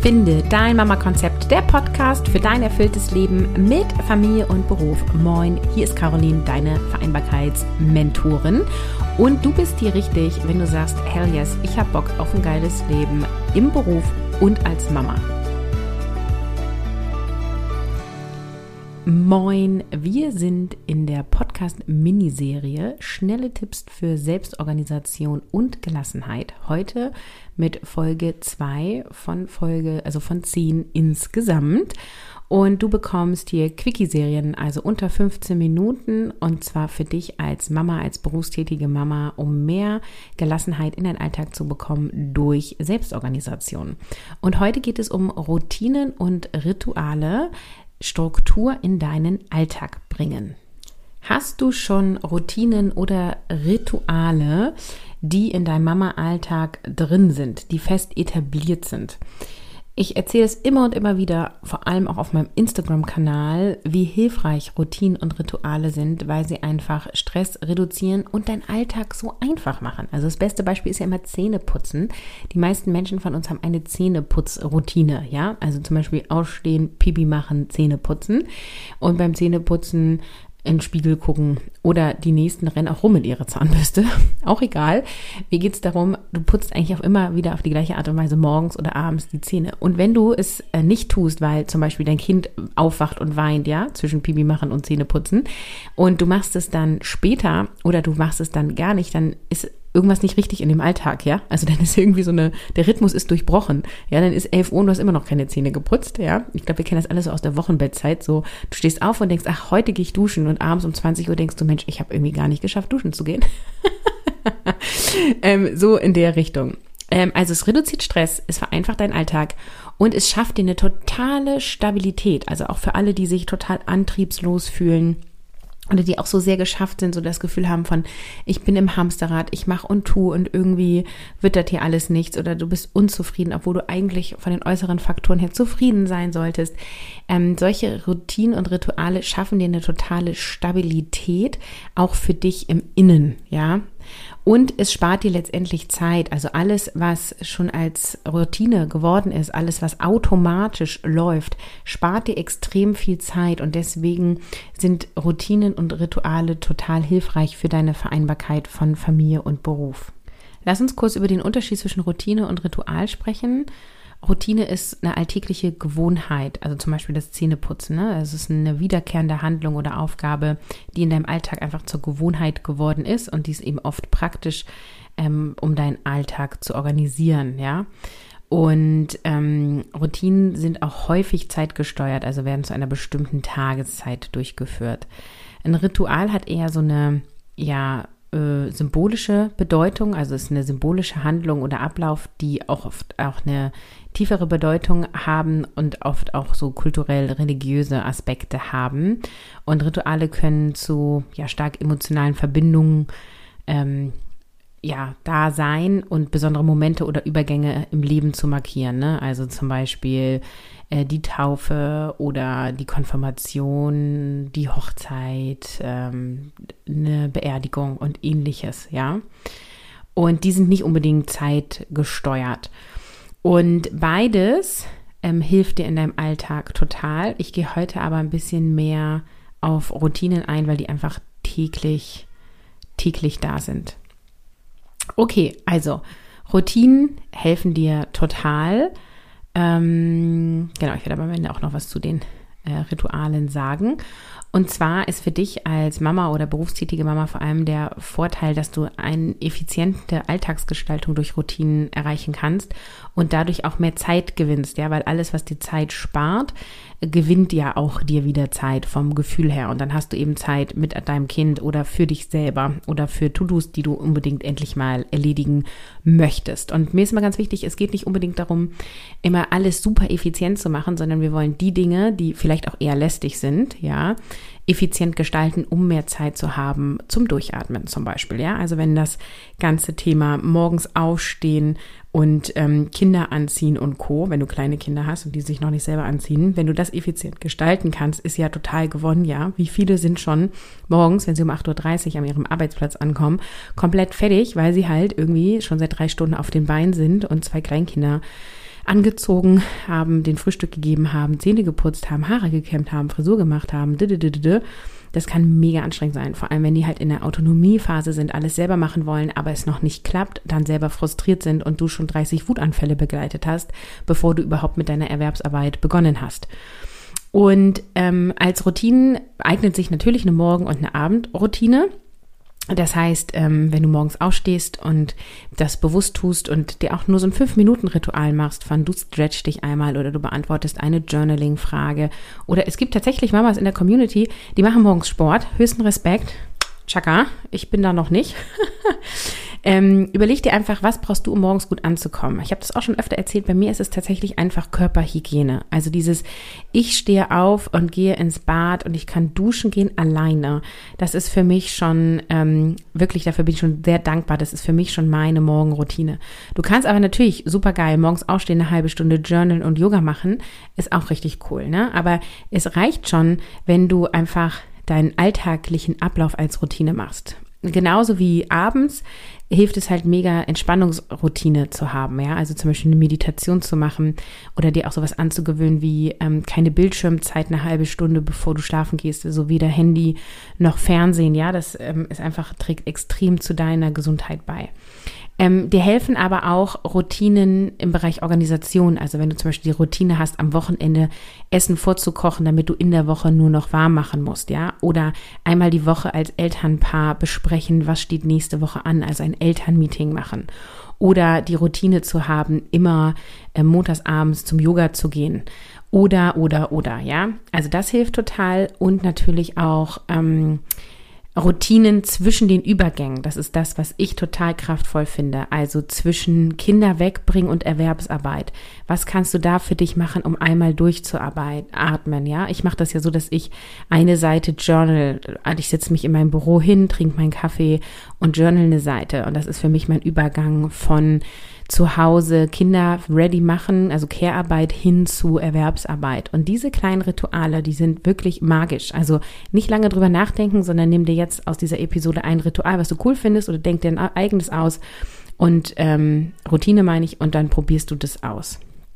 Finde dein Mama-Konzept, der Podcast für dein erfülltes Leben mit Familie und Beruf. Moin, hier ist Caroline, deine Vereinbarkeitsmentorin. Und du bist hier richtig, wenn du sagst, hell yes, ich habe Bock auf ein geiles Leben im Beruf und als Mama. Moin, wir sind in der Podcast-Miniserie Schnelle Tipps für Selbstorganisation und Gelassenheit. Heute mit Folge 2 von 10 insgesamt. Und du bekommst hier Quickie-Serien, also unter 15 Minuten, und zwar für dich als Mama, als berufstätige Mama, um mehr Gelassenheit in deinen Alltag zu bekommen durch Selbstorganisation. Und heute geht es um Routinen und Rituale, Struktur in deinen Alltag bringen. Hast du schon Routinen oder Rituale, die in deinem Mama-Alltag drin sind, die fest etabliert sind? Ich erzähle es immer und immer wieder, vor allem auch auf meinem Instagram-Kanal, wie hilfreich Routinen und Rituale sind, weil sie einfach Stress reduzieren und deinen Alltag so einfach machen. Also das beste Beispiel ist ja immer Zähneputzen. Die meisten Menschen von uns haben eine Zähneputzroutine, ja? Also zum Beispiel aufstehen, Pipi machen, Zähne putzen. Und beim Zähneputzen in den Spiegel gucken oder die Nächsten rennen auch rum mit ihrer Zahnbürste. Auch egal. Mir geht es darum, du putzt eigentlich auch immer wieder auf die gleiche Art und Weise morgens oder abends die Zähne. Und wenn du es nicht tust, weil zum Beispiel dein Kind aufwacht und weint, ja, zwischen Pipi machen und Zähne putzen, und du machst es dann später oder du machst es dann gar nicht, dann ist irgendwas nicht richtig in dem Alltag, ja, also dann ist irgendwie der Rhythmus ist durchbrochen, ja, dann ist 11 Uhr und du hast immer noch keine Zähne geputzt, ja, ich glaube, wir kennen das alles so aus der Wochenbettzeit, so, du stehst auf und denkst, ach, heute gehe ich duschen, und abends um 20 Uhr denkst du, Mensch, ich habe irgendwie gar nicht geschafft, duschen zu gehen, so in der Richtung. Also es reduziert Stress, es vereinfacht deinen Alltag und es schafft dir eine totale Stabilität, also auch für alle, die sich total antriebslos fühlen, oder die auch so sehr geschafft sind, so das Gefühl haben von, ich bin im Hamsterrad, ich mache und tue und irgendwie wird das hier alles nichts, oder du bist unzufrieden, obwohl du eigentlich von den äußeren Faktoren her zufrieden sein solltest. Solche Routinen und Rituale schaffen dir eine totale Stabilität, auch für dich im Innen, ja. Und es spart dir letztendlich Zeit, also alles, was schon als Routine geworden ist, alles, was automatisch läuft, spart dir extrem viel Zeit, und deswegen sind Routinen und Rituale total hilfreich für deine Vereinbarkeit von Familie und Beruf. Lass uns kurz über den Unterschied zwischen Routine und Ritual sprechen. Routine ist eine alltägliche Gewohnheit, also zum Beispiel das Zähneputzen, ne? Es ist eine wiederkehrende Handlung oder Aufgabe, die in deinem Alltag einfach zur Gewohnheit geworden ist, und die ist eben oft praktisch, um deinen Alltag zu organisieren, ja. Und Routinen sind auch häufig zeitgesteuert, also werden zu einer bestimmten Tageszeit durchgeführt. Ein Ritual hat eher so eine, symbolische Bedeutung, also es ist eine symbolische Handlung oder Ablauf, die auch oft auch eine tiefere Bedeutung haben und oft auch so kulturell-religiöse Aspekte haben. Und Rituale können zu stark emotionalen Verbindungen da sein und besondere Momente oder Übergänge im Leben zu markieren, ne? Also zum Beispiel die Taufe oder die Konfirmation, die Hochzeit, eine Beerdigung und ähnliches, ja. Und die sind nicht unbedingt zeitgesteuert. Und beides hilft dir in deinem Alltag total. Ich gehe heute aber ein bisschen mehr auf Routinen ein, weil die einfach täglich da sind. Okay, also Routinen helfen dir total. Ich werde aber am Ende auch noch was zu den Ritualen sagen. Und zwar ist für dich als Mama oder berufstätige Mama vor allem der Vorteil, dass du eine effiziente Alltagsgestaltung durch Routinen erreichen kannst und dadurch auch mehr Zeit gewinnst, ja, weil alles, was dir Zeit spart, gewinnt ja auch dir wieder Zeit vom Gefühl her, und dann hast du eben Zeit mit deinem Kind oder für dich selber oder für To-Dos, die du unbedingt endlich mal erledigen möchtest. Und mir ist immer ganz wichtig, es geht nicht unbedingt darum, immer alles super effizient zu machen, sondern wir wollen die Dinge, die vielleicht auch eher lästig sind, ja, effizient gestalten, um mehr Zeit zu haben zum Durchatmen zum Beispiel, ja. Also wenn das ganze Thema morgens aufstehen und Kinder anziehen und Co., wenn du kleine Kinder hast und die sich noch nicht selber anziehen, wenn du das effizient gestalten kannst, ist ja total gewonnen, ja. Wie viele sind schon morgens, wenn sie um 8.30 Uhr an ihrem Arbeitsplatz ankommen, komplett fertig, weil sie halt irgendwie schon seit 3 Stunden auf den Beinen sind und 2 Kleinkinder angezogen, haben den Frühstück gegeben, haben Zähne geputzt, haben Haare gekämmt, haben Frisur gemacht, haben Das kann mega anstrengend sein, vor allem wenn die halt in der Autonomiephase sind, alles selber machen wollen, aber es noch nicht klappt, dann selber frustriert sind und du schon 30 Wutanfälle begleitet hast, bevor du überhaupt mit deiner Erwerbsarbeit begonnen hast. Und als Routinen eignet sich natürlich eine Morgen- und eine Abendroutine. Das heißt, wenn du morgens aufstehst und das bewusst tust und dir auch nur so ein 5-Minuten-Ritual machst, von du stretchst dich einmal oder du beantwortest eine Journaling-Frage oder es gibt tatsächlich Mamas in der Community, die machen morgens Sport, höchsten Respekt, Chaka, ich bin da noch nicht. Überleg dir einfach, was brauchst du, um morgens gut anzukommen. Ich habe das auch schon öfter erzählt, bei mir ist es tatsächlich einfach Körperhygiene. Also dieses, ich stehe auf und gehe ins Bad und ich kann duschen gehen alleine. Das ist für mich schon, wirklich, dafür bin ich schon sehr dankbar. Das ist für mich schon meine Morgenroutine. Du kannst aber natürlich super geil morgens aufstehen, eine halbe Stunde journalen und Yoga machen. Ist auch richtig cool, ne? Aber es reicht schon, wenn du einfach deinen alltäglichen Ablauf als Routine machst. Genauso wie abends hilft es halt mega, Entspannungsroutine zu haben, ja, also zum Beispiel eine Meditation zu machen oder dir auch sowas anzugewöhnen wie keine Bildschirmzeit eine halbe Stunde, bevor du schlafen gehst, also weder Handy noch Fernsehen, ja, das ist einfach, trägt extrem zu deiner Gesundheit bei. Dir helfen aber auch Routinen im Bereich Organisation. Also wenn du zum Beispiel die Routine hast, am Wochenende Essen vorzukochen, damit du in der Woche nur noch warm machen musst, ja. Oder einmal die Woche als Elternpaar besprechen, was steht nächste Woche an, also ein Elternmeeting machen. Oder die Routine zu haben, immer montagsabends zum Yoga zu gehen. Oder, ja. Also das hilft total und natürlich auch Routinen zwischen den Übergängen, das ist das, was ich total kraftvoll finde, also zwischen Kinder wegbringen und Erwerbsarbeit. Was kannst du da für dich machen, um einmal durchzuatmen, ja? Ich mache das ja so, dass ich eine Seite journal, ich setze mich in meinem Büro hin, trinke meinen Kaffee und journal eine Seite und das ist für mich mein Übergang von zu Hause Kinder ready machen, also Care-Arbeit hin zu Erwerbsarbeit. Und diese kleinen Rituale, die sind wirklich magisch. Also nicht lange drüber nachdenken, sondern nimm dir jetzt aus dieser Episode ein Ritual, was du cool findest oder denk dir ein eigenes aus und Routine meine ich und dann probierst du das aus.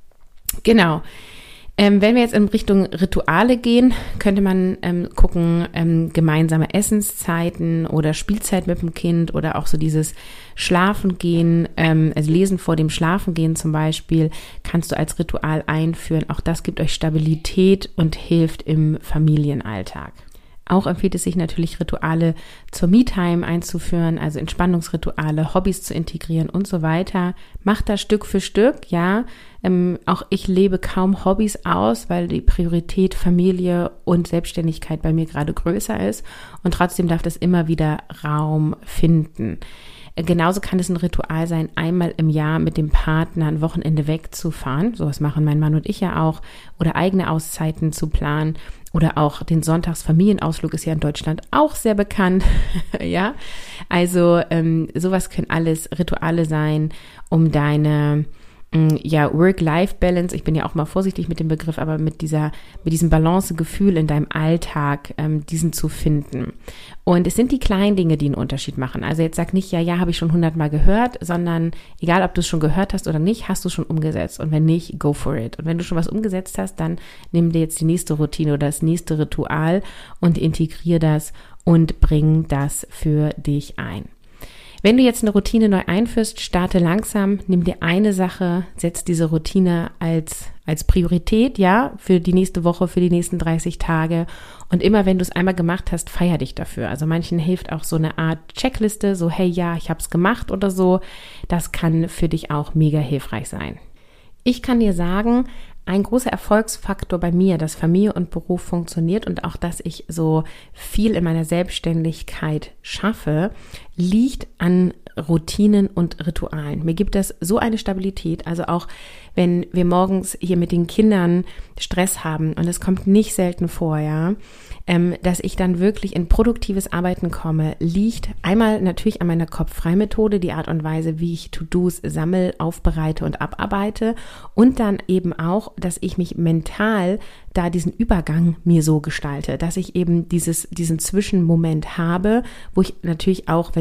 Genau. Wenn wir jetzt in Richtung Rituale gehen, könnte man gucken, gemeinsame Essenszeiten oder Spielzeit mit dem Kind oder auch so dieses Schlafengehen, also Lesen vor dem Schlafengehen zum Beispiel, kannst du als Ritual einführen. Auch das gibt euch Stabilität und hilft im Familienalltag. Auch empfiehlt es sich natürlich, Rituale zur Me-Time einzuführen, also Entspannungsrituale, Hobbys zu integrieren und so weiter. Macht das Stück für Stück, ja. Auch ich lebe kaum Hobbys aus, weil die Priorität Familie und Selbstständigkeit bei mir gerade größer ist. Und trotzdem darf das immer wieder Raum finden. Genauso kann es ein Ritual sein, einmal im Jahr mit dem Partner ein Wochenende wegzufahren. Sowas machen mein Mann und ich ja auch. Oder eigene Auszeiten zu planen. Oder auch den Sonntagsfamilienausflug ist ja in Deutschland auch sehr bekannt. Ja, also sowas können alles Rituale sein, um deine Work-Life-Balance, ich bin ja auch mal vorsichtig mit dem Begriff, aber mit diesem Balancegefühl in deinem Alltag, diesen zu finden. Und es sind die kleinen Dinge, die einen Unterschied machen. Also jetzt sag nicht, ja, habe ich schon 100-mal gehört, sondern egal, ob du es schon gehört hast oder nicht, hast du es schon umgesetzt. Und wenn nicht, go for it. Und wenn du schon was umgesetzt hast, dann nimm dir jetzt die nächste Routine oder das nächste Ritual und integriere das und bring das für dich ein. Wenn du jetzt eine Routine neu einführst, starte langsam, nimm dir eine Sache, setz diese Routine als Priorität, ja, für die nächste Woche, für die nächsten 30 Tage. Und immer, wenn du es einmal gemacht hast, feier dich dafür. Also manchen hilft auch so eine Art Checkliste, so hey, ja, ich habe es gemacht oder so. Das kann für dich auch mega hilfreich sein. Ich kann dir sagen, ein großer Erfolgsfaktor bei mir, dass Familie und Beruf funktioniert und auch, dass ich so viel in meiner Selbstständigkeit schaffe, liegt an Routinen und Ritualen. Mir gibt das so eine Stabilität, also auch wenn wir morgens hier mit den Kindern Stress haben und es kommt nicht selten vor, ja, dass ich dann wirklich in produktives Arbeiten komme, liegt einmal natürlich an meiner Kopf-frei-Methode, die Art und Weise, wie ich To-Dos sammle, aufbereite und abarbeite und dann eben auch, dass ich mich mental da diesen Übergang mir so gestalte, dass ich eben diesen Zwischenmoment habe, wo ich natürlich auch, wenn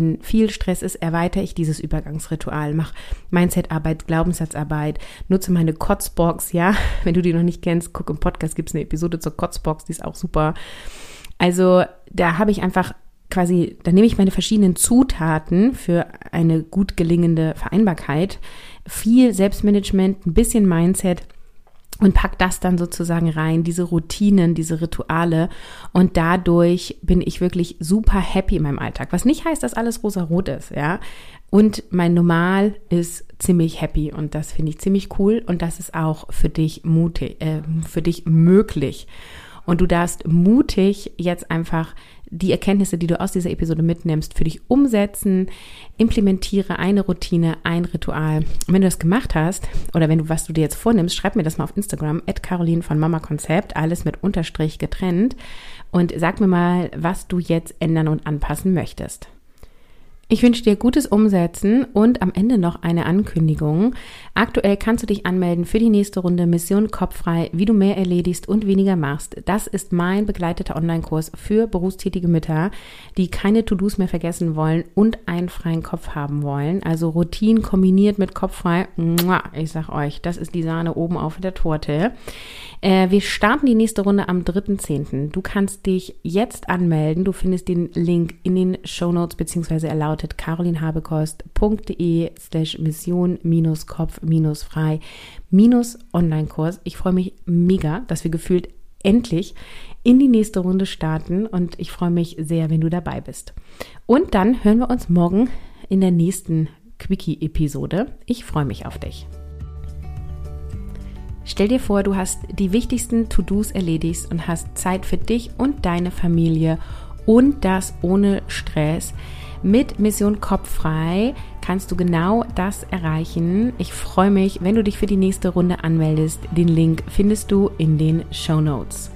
wenn viel Stress ist, erweitere ich dieses Übergangsritual, mache Mindset-Arbeit, Glaubenssatzarbeit, nutze meine Kotzbox, ja, wenn du die noch nicht kennst, guck im Podcast, gibt es eine Episode zur Kotzbox, die ist auch super. Also da habe ich einfach quasi, da nehme ich meine verschiedenen Zutaten für eine gut gelingende Vereinbarkeit, viel Selbstmanagement, ein bisschen Mindset und pack das dann sozusagen rein, diese Routinen, diese Rituale, und dadurch bin ich wirklich super happy in meinem Alltag, was nicht heißt, dass alles rosarot ist, ja, und mein Normal ist ziemlich happy und das finde ich ziemlich cool und das ist auch für dich für dich möglich. Und du darfst mutig jetzt einfach die Erkenntnisse, die du aus dieser Episode mitnimmst, für dich umsetzen, implementiere eine Routine, ein Ritual. Und wenn du das gemacht hast oder was du dir jetzt vornimmst, schreib mir das mal auf Instagram, @Caroline von Mama Konzept, alles mit Unterstrich getrennt, und sag mir mal, was du jetzt ändern und anpassen möchtest. Ich wünsche dir gutes Umsetzen und am Ende noch eine Ankündigung. Aktuell kannst du dich anmelden für die nächste Runde Mission Kopffrei, wie du mehr erledigst und weniger machst. Das ist mein begleiteter Online-Kurs für berufstätige Mütter, die keine To-Dos mehr vergessen wollen und einen freien Kopf haben wollen. Also Routinen kombiniert mit Kopffrei. Ich sag euch, das ist die Sahne oben auf der Torte. Wir starten die nächste Runde am 3.10. Du kannst dich jetzt anmelden. Du findest den Link in den Shownotes, beziehungsweise er lautet carolinhabekost.de/mission-frei-Online-Kurs. Ich freue mich mega, dass wir gefühlt endlich in die nächste Runde starten und ich freue mich sehr, wenn du dabei bist. Und dann hören wir uns morgen in der nächsten Quickie-Episode. Ich freue mich auf dich. Stell dir vor, du hast die wichtigsten To-Dos erledigt und hast Zeit für dich und deine Familie und das ohne Stress. Mit Mission Kopffrei kannst du genau das erreichen. Ich freue mich, wenn du dich für die nächste Runde anmeldest. Den Link findest du in den Shownotes.